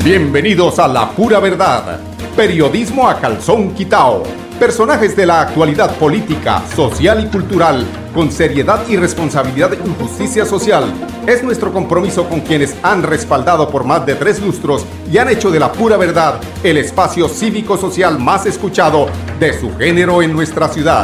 Bienvenidos a La Pura Verdad, periodismo a calzón quitao. Personajes de la actualidad política, social y cultural, con seriedad y responsabilidad en justicia social. Es nuestro compromiso con quienes han respaldado por más de 3 lustros y han hecho de La Pura Verdad el espacio cívico-social más escuchado de su género en nuestra ciudad.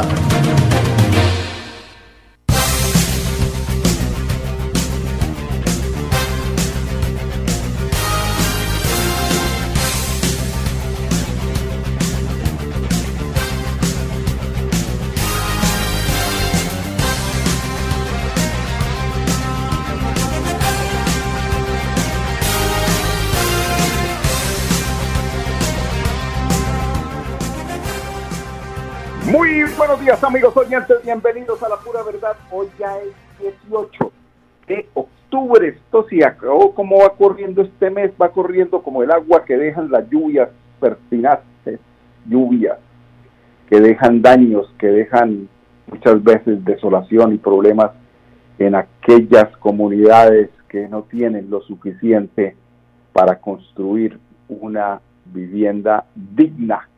Muy buenos días, amigos oyentes, bienvenidos a La Pura Verdad. Hoy ya es 18 de octubre, esto sí acabó. ¿Cómo va corriendo este mes? Va corriendo como el agua que dejan las lluvias pertinaces, lluvias que dejan daños, que dejan muchas veces desolación y problemas en aquellas comunidades que no tienen lo suficiente para construir una vivienda digna.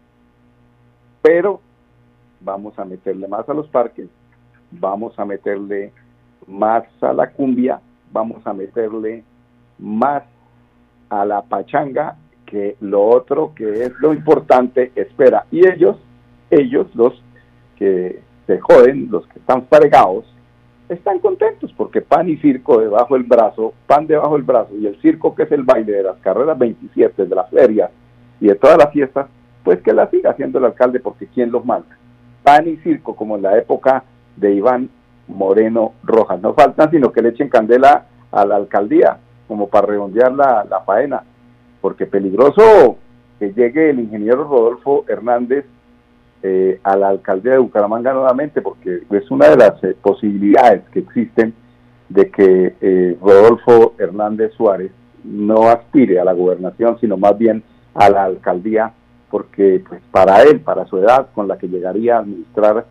Pero vamos a meterle más a los parques, vamos a meterle más a la cumbia, vamos a meterle más a la pachanga, que lo otro que es lo importante espera. Y ellos, los que se joden, los que están fregados, están contentos porque pan y circo debajo del brazo, pan debajo del brazo, y el circo, que es el baile de las carreras 27, de las ferias y de todas las fiestas, pues que la siga haciendo el alcalde, porque ¿quién los manda? Pan y circo, como en la época de Iván Moreno Rojas. No faltan sino que le echen candela a la alcaldía, como para redondear la faena, porque peligroso que llegue el ingeniero Rodolfo Hernández a la alcaldía de Bucaramanga nuevamente, porque es una de las posibilidades que existen de que Rodolfo Hernández Suárez no aspire a la gobernación, sino más bien a la alcaldía, porque pues para él, para su edad, con la que llegaría a administrar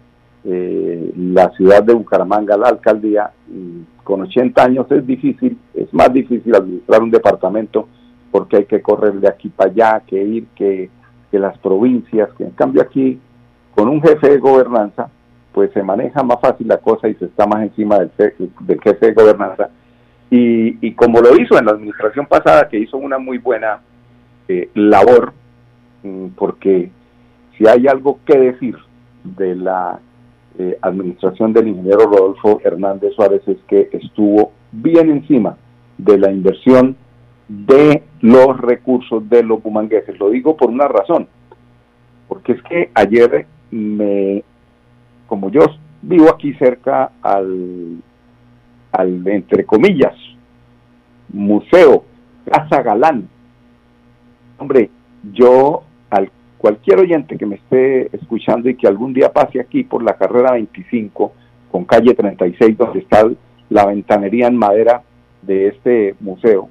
la ciudad de Bucaramanga, la alcaldía, con 80 años es más difícil administrar un departamento, porque hay que correr de aquí para allá, que ir, que las provincias, que en cambio aquí, con un jefe de gobernanza, pues se maneja más fácil la cosa y se está más encima del jefe de gobernanza, y como lo hizo en la administración pasada, que hizo una muy buena labor, porque si hay algo que decir de la administración del ingeniero Rodolfo Hernández Suárez, es que estuvo bien encima de la inversión de los recursos de los bumangueses. Lo digo por una razón, porque es que ayer, como yo vivo aquí cerca al entre comillas, museo Casa Galán, hombre, yo, cualquier oyente que me esté escuchando y que algún día pase aquí por la carrera 25 con calle 36, donde está la ventanería en madera de este museo,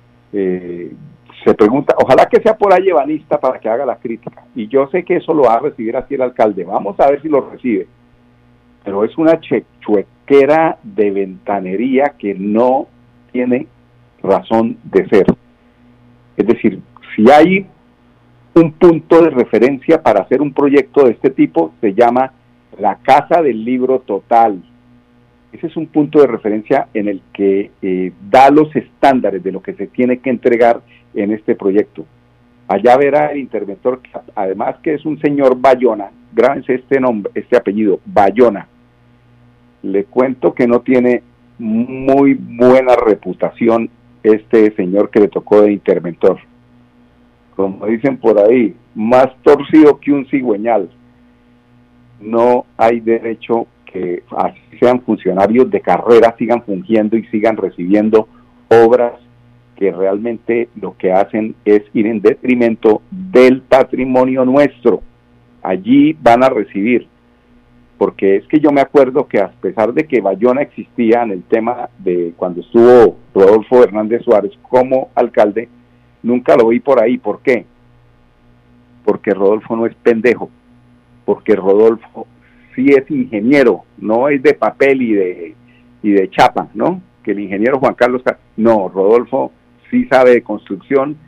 se pregunta, ojalá que sea por ahí ebanista para que haga la crítica, y yo sé que eso lo va a recibir así el alcalde, vamos a ver si lo recibe, pero es una chuequera de ventanería que no tiene razón de ser. Es decir, si hay un punto de referencia para hacer un proyecto de este tipo, se llama la Casa del Libro Total. Ese es un punto de referencia en el que da los estándares de lo que se tiene que entregar en este proyecto. Allá verá el interventor, además que es un señor Bayona, grábense este nombre, este apellido, Bayona. Le cuento que no tiene muy buena reputación este señor que le tocó de interventor. Como dicen por ahí, más torcido que un cigüeñal. No hay derecho que así sean funcionarios de carrera, sigan fungiendo y sigan recibiendo obras que realmente lo que hacen es ir en detrimento del patrimonio nuestro. Allí van a recibir, porque es que yo me acuerdo que a pesar de que Bayona existía en el tema de cuando estuvo Rodolfo Hernández Suárez como alcalde, nunca lo vi por ahí. ¿Por qué? Porque Rodolfo no es pendejo, porque Rodolfo sí es ingeniero, no es de papel y de chapa, ¿no? Que el ingeniero Juan Carlos, no, Rodolfo sí sabe de construcción,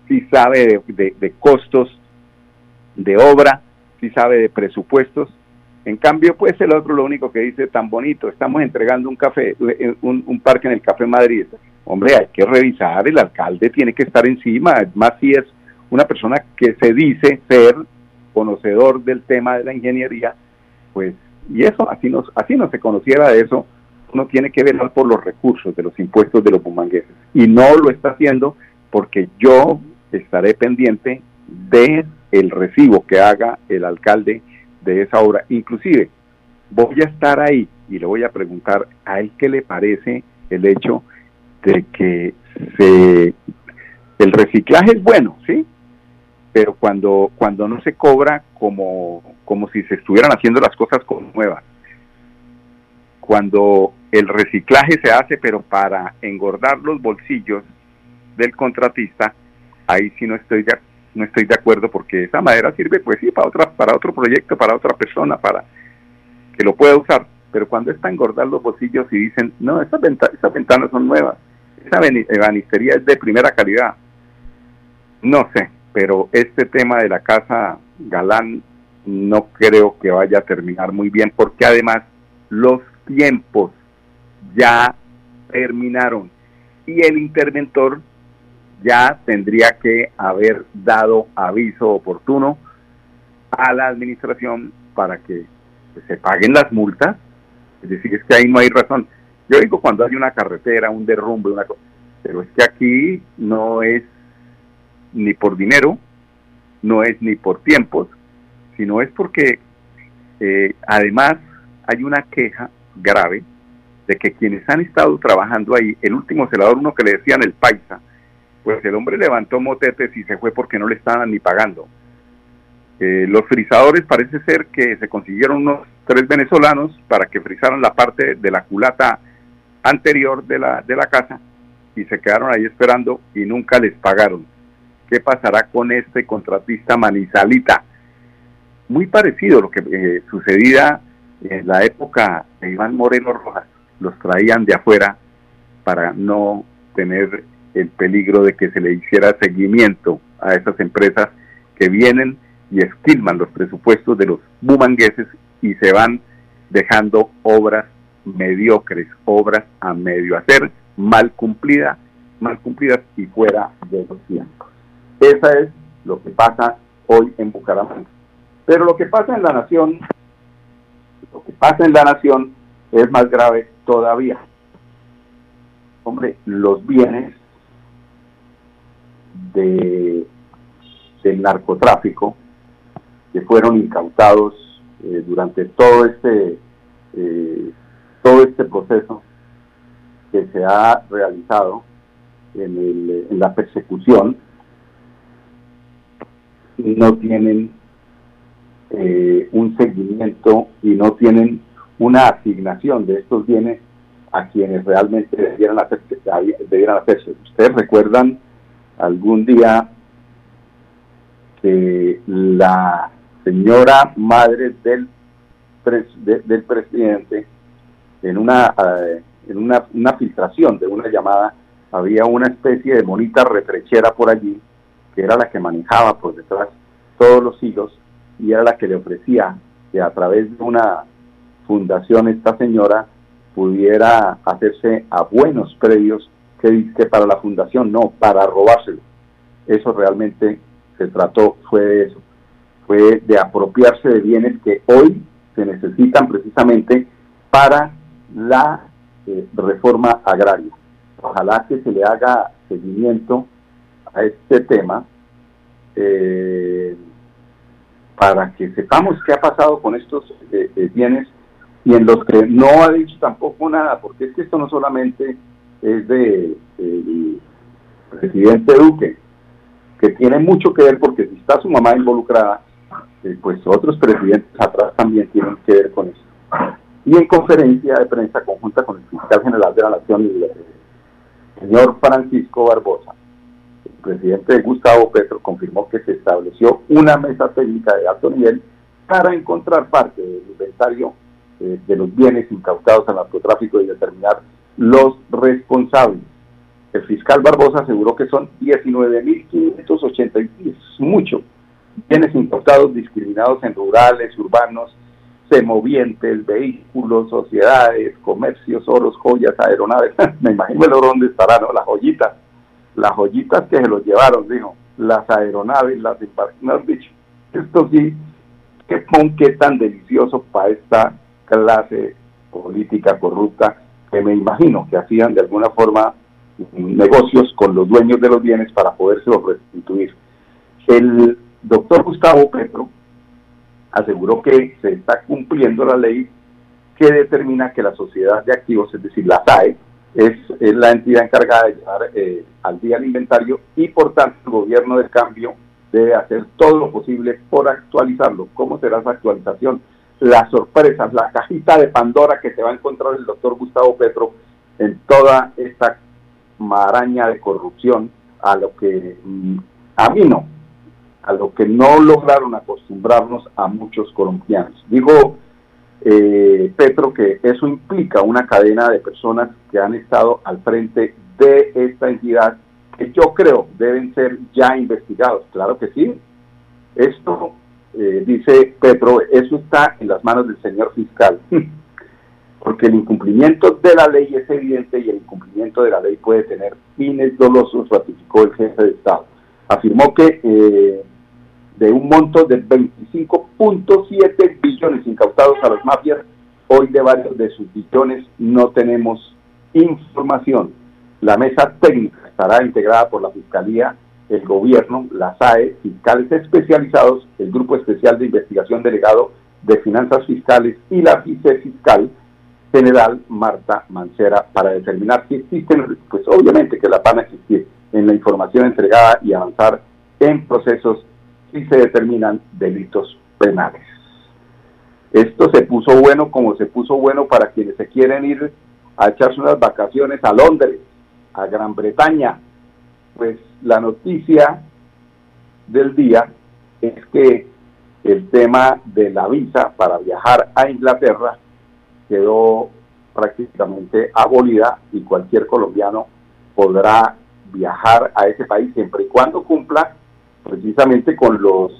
sí sabe de costos de obra, sí sabe de presupuestos. En cambio, pues el otro lo único que dice, tan bonito, estamos entregando un café, un parque en el Café Madrid. Hombre, hay que revisar, el alcalde tiene que estar encima, más si es una persona que se dice ser conocedor del tema de la ingeniería, pues, y eso, así no se conociera de eso, uno tiene que velar por los recursos de los impuestos de los bumangueses, y no lo está haciendo porque yo estaré pendiente de el recibo que haga el alcalde de esa obra. Inclusive voy a estar ahí y le voy a preguntar a él qué le parece el hecho de que el reciclaje es bueno, ¿sí? Pero cuando no se cobra como si se estuvieran haciendo las cosas como nuevas. Cuando el reciclaje se hace pero para engordar los bolsillos del contratista, ahí sí no estoy de acuerdo, porque esa madera sirve, pues sí, para otro proyecto, para otra persona, para que lo pueda usar. Pero cuando está engordar los bolsillos y dicen, no, esas ventanas son nuevas, esa ebanistería es de primera calidad, no sé, pero este tema de la Casa Galán no creo que vaya a terminar muy bien, porque además los tiempos ya terminaron y el interventor ya tendría que haber dado aviso oportuno a la administración para que se paguen las multas. Es decir, es que ahí no hay razón. Yo digo cuando hay una carretera, un derrumbe, una cosa, pero es que aquí no es ni por dinero, no es ni por tiempos, sino es porque además hay una queja grave de que quienes han estado trabajando ahí, el último celador, uno que le decían el paisa, pues el hombre levantó motetes y se fue porque no le estaban ni pagando. Los frisadores parece ser que se consiguieron unos 3 venezolanos para que frizaran la parte de la culata anterior de la casa y se quedaron ahí esperando y nunca les pagaron. ¿Qué pasará con este contratista Manizalita? Muy parecido a lo que sucedía en la época de Iván Moreno Rojas. Los traían de afuera para no tener el peligro de que se le hiciera seguimiento a esas empresas que vienen y esquilman los presupuestos de los bumangueses y se van dejando obras mediocres, obras a medio hacer, mal cumplidas y fuera de los tiempos. Esa es lo que pasa hoy en Bucaramanga. Pero lo que pasa en la nación es más grave todavía. Hombre, los bienes del narcotráfico que fueron incautados durante todo este proceso que se ha realizado en la persecución, no tienen un seguimiento y no tienen una asignación de estos bienes a quienes realmente debieran hacerse. Ustedes recuerdan algún día que la señora madre del presidente, en una filtración de una llamada, había una especie de monita retrechera por allí, que era la que manejaba por detrás todos los hilos, y era la que le ofrecía que a través de una fundación esta señora pudiera hacerse a buenos predios, que para la fundación no, para robárselo. Eso realmente fue de eso, fue de apropiarse de bienes que hoy se necesitan precisamente para la reforma agraria. Ojalá que se le haga seguimiento a este tema para que sepamos qué ha pasado con estos bienes, y en los que no ha dicho tampoco nada, porque es que esto no solamente es del presidente Duque, que tiene mucho que ver, porque si está su mamá involucrada, pues otros presidentes atrás también tienen que ver con esto. Y en conferencia de prensa conjunta con el fiscal general de la Nación, el señor Francisco Barbosa, el presidente Gustavo Petro confirmó que se estableció una mesa técnica de alto nivel para encontrar parte del inventario de los bienes incautados al narcotráfico y determinar los responsables. El fiscal Barbosa aseguró que son 19.580, es mucho, bienes incautados discriminados en rurales, urbanos, semovientes, vehículos, sociedades, comercios, oros, joyas, aeronaves. Me imagino el oro dónde estará, ¿no? Las joyitas que se los llevaron, dijo, las aeronaves, las embarcaciones, dicho. Esto sí, qué tan delicioso para esta clase política corrupta, que me imagino que hacían de alguna forma negocios con los dueños de los bienes para podérselos restituir. El doctor Gustavo Petro aseguró que se está cumpliendo la ley que determina que la sociedad de activos, es decir, la SAE, es la entidad encargada de llevar al día el inventario, y por tanto el gobierno del cambio debe hacer todo lo posible por actualizarlo. ¿Cómo será esa actualización? Las sorpresas, la cajita de Pandora que se va a encontrar el doctor Gustavo Petro en toda esta maraña de corrupción, a lo que a lo que no lograron acostumbrarnos a muchos colombianos. Dijo Petro que eso implica una cadena de personas que han estado al frente de esta entidad, que yo creo deben ser ya investigados. Claro que sí. Esto, dice Petro, eso está en las manos del señor fiscal, porque el incumplimiento de la ley es evidente y el incumplimiento de la ley puede tener fines dolosos, ratificó el jefe de Estado. Afirmó que de un monto de 25.7 billones incautados a las mafias, hoy de varios de sus billones no tenemos información. La mesa técnica estará integrada por la Fiscalía, el Gobierno, la SAE, fiscales especializados, el Grupo Especial de Investigación Delegado de Finanzas Fiscales y la vicefiscal general Marta Mancera, para determinar si existen, pues obviamente que la van a existir, en la información entregada y avanzar en procesos si se determinan delitos penales. Esto se puso bueno, como se puso bueno para quienes se quieren ir a echarse unas vacaciones a Londres, a Gran Bretaña. Pues la noticia del día es que el tema de la visa para viajar a Inglaterra quedó prácticamente abolida y cualquier colombiano podrá viajar a ese país siempre y cuando cumpla precisamente con los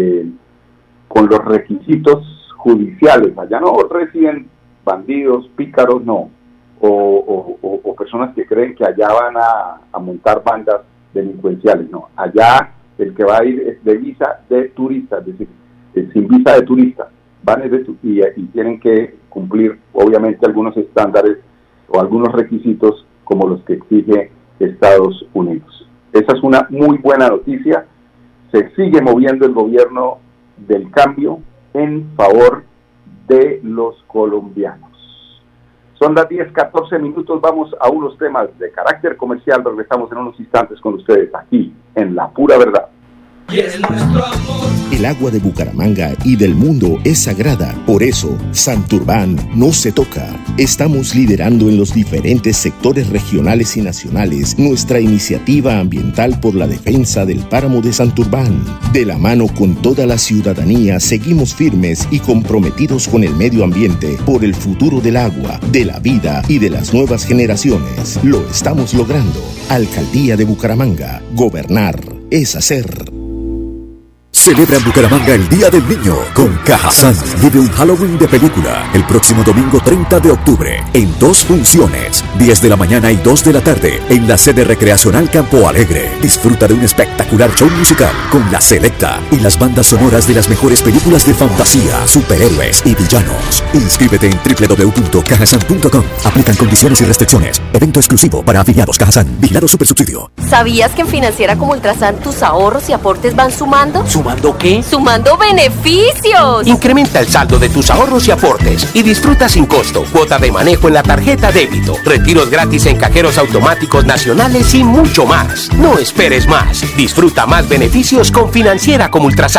requisitos judiciales. Allá no residen bandidos, pícaros, no, o personas que creen que allá van a montar bandas delincuenciales, no. Allá el que va a ir es de visa de turista, es decir, sin visa de turista, van y tienen que cumplir obviamente algunos estándares o algunos requisitos como los que exige Estados Unidos. Esa es una muy buena noticia. Se sigue moviendo el gobierno del cambio en favor de los colombianos. Son las 10:14 minutos, vamos a unos temas de carácter comercial. Regresamos en unos instantes con ustedes aquí en La Pura Verdad. Y es nuestro amor. El agua de Bucaramanga y del mundo es sagrada. Por eso, Santurbán no se toca. Estamos liderando en los diferentes sectores regionales y nacionales nuestra iniciativa ambiental por la defensa del páramo de Santurbán. De la mano con toda la ciudadanía, seguimos firmes y comprometidos con el medio ambiente por el futuro del agua, de la vida y de las nuevas generaciones. Lo estamos logrando. Alcaldía de Bucaramanga. Gobernar es hacer. Celebra en Bucaramanga el Día del Niño con Cajazán. Vive un Halloween de película el próximo domingo 30 de octubre en 2 funciones, 10 de la mañana y 2 de la tarde en la sede recreacional Campo Alegre. Disfruta de un espectacular show musical con la selecta y las bandas sonoras de las mejores películas de fantasía, superhéroes y villanos. Inscríbete en www.cajazán.com. Aplican condiciones y restricciones. Evento exclusivo para afiliados Cajazán. Vigilado Supersubsidio. ¿Sabías que en Financiera como Ultrasan tus ahorros y aportes van sumando? ¿Sumando qué? ¡Sumando beneficios! Incrementa el saldo de tus ahorros y aportes y disfruta sin costo cuota de manejo en la tarjeta débito, retiros gratis en cajeros automáticos nacionales y mucho más. No esperes más. Disfruta más beneficios con Financiera como Ultrasan.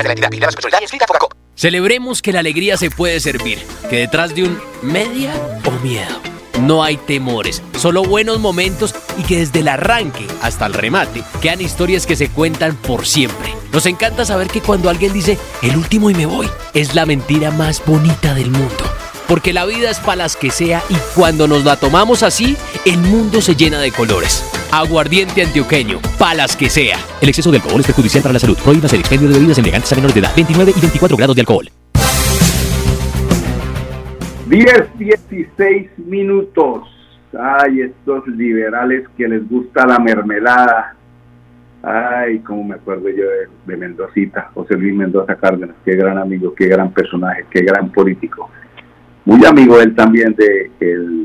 Celebremos que la alegría se puede servir, que detrás de un media o miedo no hay temores, solo buenos momentos y que desde el arranque hasta el remate quedan historias que se cuentan por siempre. Nos encanta saber que cuando alguien dice el último y me voy, es la mentira más bonita del mundo. Porque la vida es para las que sea y cuando nos la tomamos así, el mundo se llena de colores. Aguardiente antioqueño, palas que sea. El exceso de alcohol es perjudicial para la salud. Prohíbas el expendio de bebidas embriagantes a menores de edad. 29 y 24 grados de alcohol. 10:16 minutos. Ay, estos liberales que les gusta la mermelada. Ay, cómo me acuerdo yo de Mendocita, José Luis Mendoza Cárdenas. Qué gran amigo, qué gran personaje, qué gran político. Muy amigo él también de el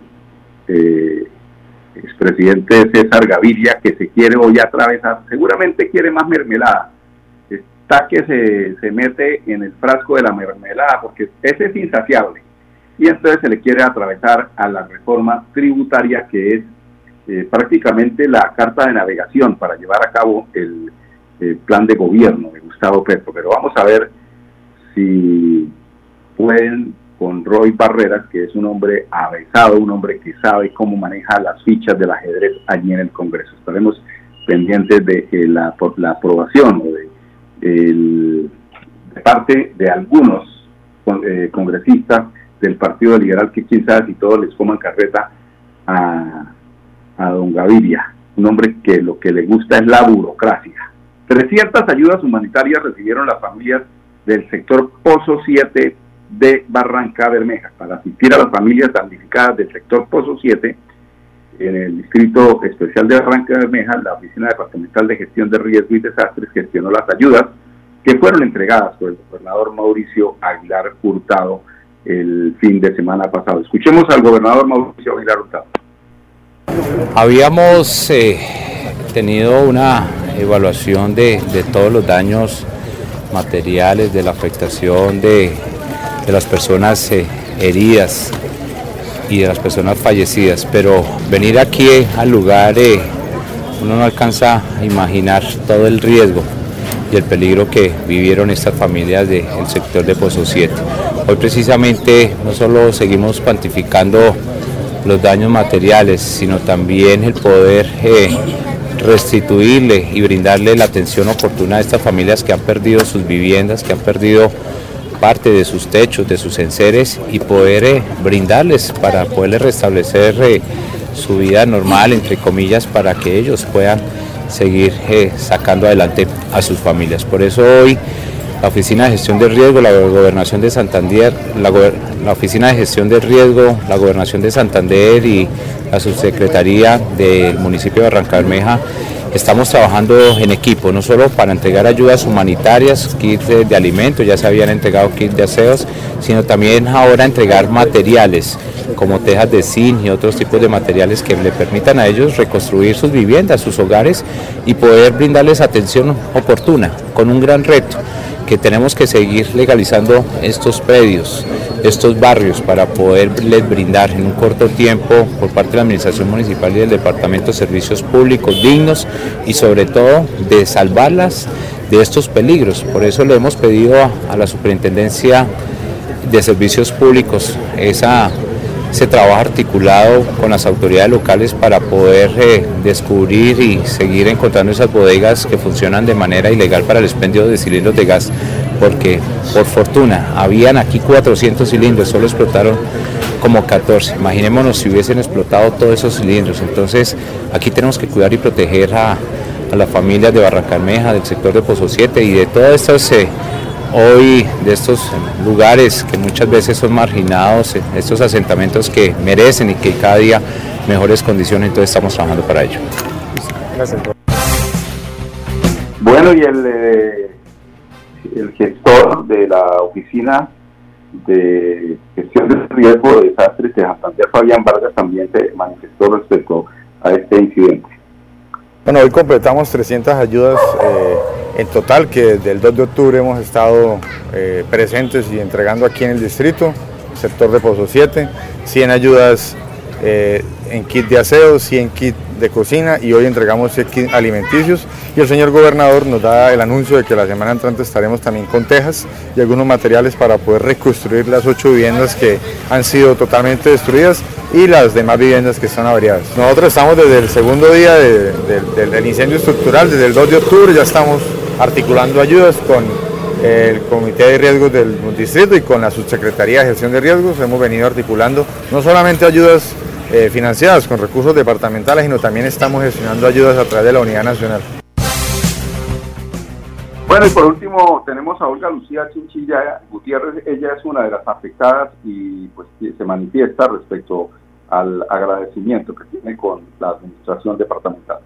expresidente César Gaviria, que se quiere hoy atravesar. Seguramente quiere más mermelada. Está que se mete en el frasco de la mermelada, porque ese es insaciable. Y entonces se le quiere atravesar a la reforma tributaria, que es prácticamente la carta de navegación para llevar a cabo el plan de gobierno de Gustavo Petro. Pero vamos a ver si pueden con Roy Barreras, que es un hombre avesado, un hombre que sabe cómo maneja las fichas del ajedrez allí en el Congreso. Estaremos pendientes de la aprobación o de parte de algunos congresistas del Partido Liberal, que quién sabe si todos les coman carreta a don Gaviria, un hombre que lo que le gusta es la burocracia. 300 ayudas humanitarias recibieron las familias del sector Pozo 7 de Barranca Bermeja. Para asistir a las familias damnificadas del sector Pozo 7, en el Distrito Especial de Barranca Bermeja, la Oficina Departamental de Gestión de Riesgo y Desastres gestionó las ayudas que fueron entregadas por el gobernador Mauricio Aguilar Hurtado el fin de semana pasado. Escuchemos al gobernador Mauricio Aguilar Hurtado. Habíamos tenido una evaluación de todos los daños materiales, de la afectación de las personas heridas y de las personas fallecidas, pero venir aquí al lugar uno no alcanza a imaginar todo el riesgo y el peligro que vivieron estas familias del sector de Pozo 7. Hoy precisamente no solo seguimos cuantificando los daños materiales, sino también el poder restituirle y brindarle la atención oportuna a estas familias que han perdido sus viviendas, que han perdido parte de sus techos, de sus enseres, y poder brindarles para poderles restablecer su vida normal, entre comillas, para que ellos puedan seguir sacando adelante a sus familias. Por eso hoy la Oficina de Gestión de Riesgo, la Gobernación de Santander, la Oficina de Gestión de Riesgo, la Gobernación de Santander y la Subsecretaría del municipio de Barranca Bermeja estamos trabajando en equipo, no solo para entregar ayudas humanitarias, kits de alimentos, ya se habían entregado kits de aseos, sino también ahora entregar materiales como tejas de zinc y otros tipos de materiales que le permitan a ellos reconstruir sus viviendas, sus hogares y poder brindarles atención oportuna, con un gran reto, que tenemos que seguir legalizando estos predios, estos barrios, para poderles brindar en un corto tiempo por parte de la Administración Municipal y del Departamento servicios públicos dignos y sobre todo de salvarlas de estos peligros. Por eso le hemos pedido a la Superintendencia de Servicios Públicos ese trabajo articulado con las autoridades locales para poder descubrir y seguir encontrando esas bodegas que funcionan de manera ilegal para el expendio de cilindros de gas, porque por fortuna habían aquí 400 cilindros, solo explotaron como 14. Imaginémonos si hubiesen explotado todos esos cilindros. Entonces aquí tenemos que cuidar y proteger a las familias de Barranca Bermeja, del sector de Pozo 7 y de todas estas hoy de estos lugares que muchas veces son marginados, estos asentamientos que merecen y que cada día mejores condiciones, entonces estamos trabajando para ello. Gracias. Bueno, y el gestor de la Oficina de Gestión de Riesgo de Desastres de Santander, Fabián Vargas, también se manifestó respecto a este incidente. Bueno, hoy completamos 300 ayudas en total, que desde el 2 de octubre hemos estado presentes y entregando aquí en el distrito, sector de Pozo 7, 100 ayudas en kit de aseo, 100 kit de cocina y hoy entregamos 100 kit alimenticios, y el señor gobernador nos da el anuncio de que la semana entrante estaremos también con tejas y algunos materiales para poder reconstruir las 8 viviendas que han sido totalmente destruidas y las demás viviendas que están averiadas. Nosotros estamos desde el segundo día del incendio estructural, desde el 2 de octubre ya estamos articulando ayudas con el Comité de Riesgos del Distrito y con la Subsecretaría de Gestión de Riesgos. Hemos venido articulando no solamente ayudas financiadas con recursos departamentales, sino también estamos gestionando ayudas a través de la Unidad Nacional. Bueno, y por último tenemos a Olga Lucía Chinchilla Gutiérrez. Ella es una de las afectadas y pues se manifiesta respecto al agradecimiento que tiene con la administración departamental.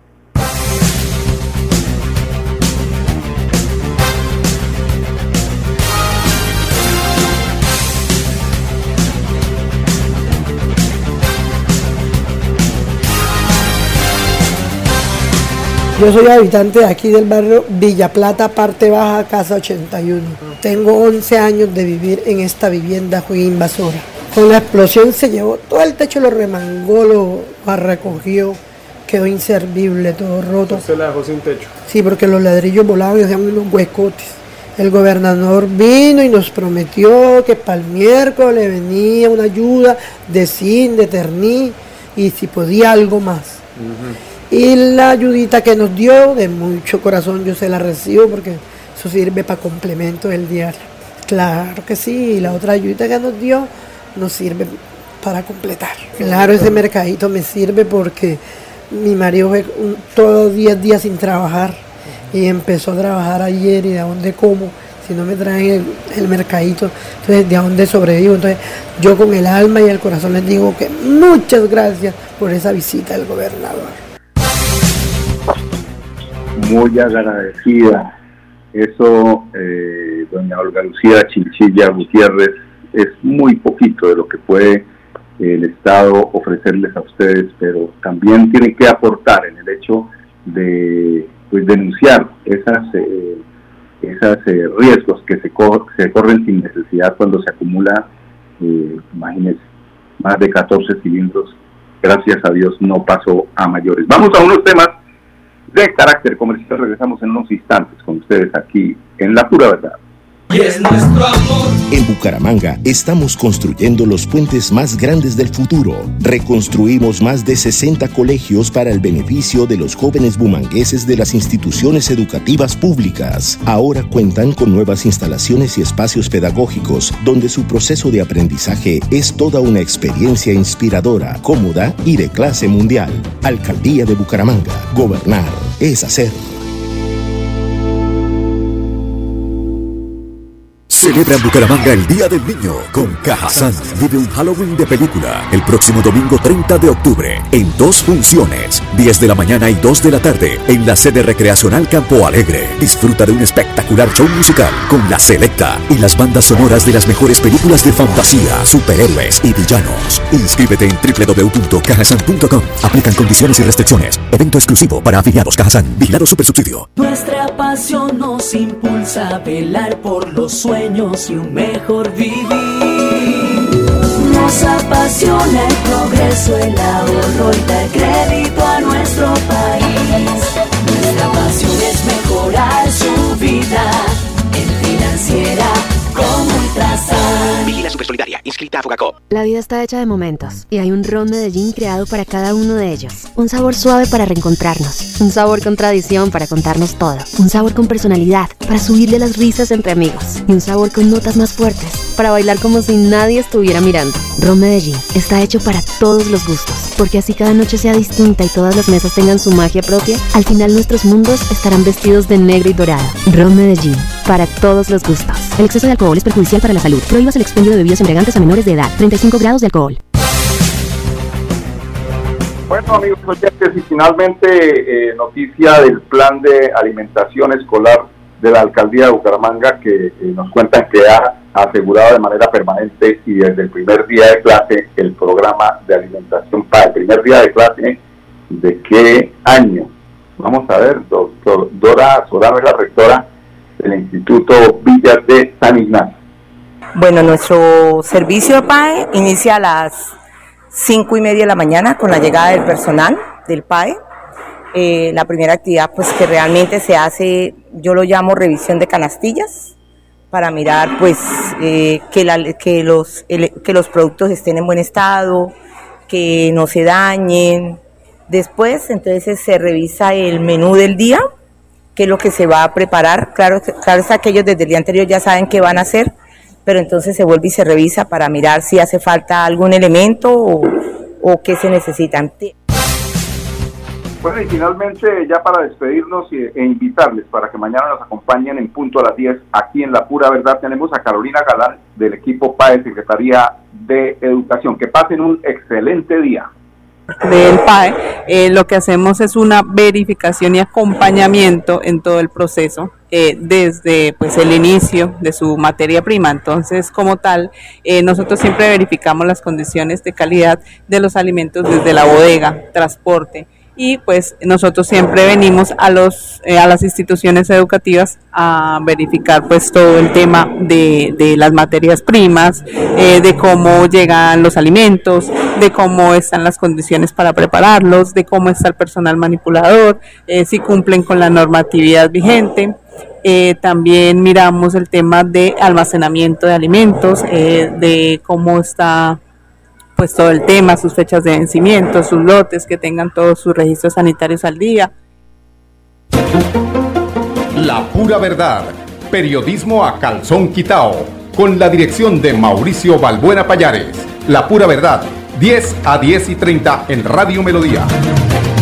Yo soy habitante de aquí del barrio Villa Plata, parte baja, casa 81. Tengo 11 años de vivir en esta vivienda, fui invasora. Con la explosión se llevó todo el techo, lo remangó, lo recogió, quedó inservible, todo roto. ¿Usted la dejó sin techo? Sí, porque los ladrillos volaban y hacían unos huecotes. El gobernador vino y nos prometió que para el miércoles venía una ayuda de zinc, de Terní y si podía algo más. Y la ayudita que nos dio, de mucho corazón yo se la recibo porque eso sirve para complemento del diario. Claro que sí, y la otra ayudita que nos dio nos sirve para completar. Claro, ese mercadito me sirve porque mi marido fue todos 10 días sin trabajar y empezó a trabajar ayer y de dónde como, si no me traen el mercadito, entonces de dónde sobrevivo. Entonces yo con el alma y el corazón les digo que muchas gracias por esa visita del gobernador. Muy agradecida. Eso, doña Olga Lucía Chinchilla Gutiérrez, es muy poquito de lo que puede el Estado ofrecerles a ustedes, pero también tienen que aportar en el hecho de pues, denunciar esas riesgos que se corren sin necesidad cuando se acumula, imagínense, más de 14 cilindros. Gracias a Dios no pasó a mayores. Vamos a unos temas de carácter comercial. Regresamos en unos instantes con ustedes aquí en La Pura Verdad. Y es nuestro amor. En Bucaramanga estamos construyendo los puentes más grandes del futuro. Reconstruimos más de 60 colegios para el beneficio de los jóvenes bumangueses de las instituciones educativas públicas. Ahora cuentan con nuevas instalaciones y espacios pedagógicos, donde su proceso de aprendizaje es toda una experiencia inspiradora, cómoda y de clase mundial. Alcaldía de Bucaramanga. Gobernar es hacer. Celebra en Bucaramanga el Día del Niño con Cajazán. Vive un Halloween de película el próximo domingo 30 de octubre en 2 funciones, 10 de la mañana y 2 de la tarde en la sede recreacional Campo Alegre. Disfruta de un espectacular show musical con La Selecta y las bandas sonoras de las mejores películas de fantasía, superhéroes y villanos. Inscríbete en www.cajazán.com. Aplican condiciones y restricciones. Evento exclusivo para afiliados Cajazán. Vigilado Supersubsidio. Nuestra pasión nos impulsa a velar por los sueños y un mejor vivir. Nos apasiona el progreso, el ahorro y dar crédito a nuestro país. Nuestra pasión es mejorar su vida en Financiera como Ultrasan. Vigila Supersolidaria, inscrita a Fogacop. La vida está hecha de momentos y hay un ron Medellín creado para cada uno de ellos. Un sabor suave para reencontrarnos, un sabor con tradición para contarnos todo, un sabor con personalidad para subirle las risas entre amigos y un sabor con notas más fuertes para bailar como si nadie estuviera mirando. Ron Medellín está hecho para todos los gustos, porque así cada noche sea distinta y todas las mesas tengan su magia propia. Al final nuestros mundos estarán vestidos de negro y dorado. Ron Medellín, para todos los gustos. El exceso de alcohol es perjudicial para la salud. Prohíbas el expendio de bebidas embriagantes a menores de edad. 35 grados de alcohol. Bueno, amigos oyentes, y finalmente noticia del plan de alimentación escolar de la Alcaldía de Bucaramanga, que nos cuentan que ha asegurado de manera permanente y desde el primer día de clase el programa de alimentación para el primer día de clase. ¿De qué año? Vamos a ver, Dora Solano es la rectora del Instituto Villas de San Ignacio. Bueno, nuestro servicio de PAE inicia a las 5:30 de la mañana con la llegada del personal del PAE. La primera actividad pues que realmente se hace, yo lo llamo revisión de canastillas, para mirar pues que los productos estén en buen estado, que no se dañen. Después entonces se revisa el menú del día, qué es lo que se va a preparar. Claro es aquellos desde el día anterior ya saben qué van a hacer, pero entonces se vuelve y se revisa para mirar si hace falta algún elemento o qué se necesitan. Bueno, y finalmente, ya para despedirnos e invitarles para que mañana nos acompañen en punto a las 10 aquí en La Pura Verdad, tenemos a Carolina Galán del equipo PAE, Secretaría de Educación. Que pasen un excelente día. Del PAE, lo que hacemos es una verificación y acompañamiento en todo el proceso, desde pues el inicio de su materia prima. Entonces, como tal, nosotros siempre verificamos las condiciones de calidad de los alimentos desde la bodega, transporte, y pues nosotros siempre venimos a las instituciones educativas a verificar pues todo el tema de las materias primas, de cómo llegan los alimentos, de cómo están las condiciones para prepararlos, de cómo está el personal manipulador, si cumplen con la normatividad vigente. También miramos el tema de almacenamiento de alimentos, de cómo está pues todo el tema, sus fechas de vencimiento, sus lotes, que tengan todos sus registros sanitarios al día. La Pura Verdad, periodismo a calzón quitao, con la dirección de Mauricio Balbuena Payares. La Pura Verdad, 10 a 10:30 en Radio Melodía.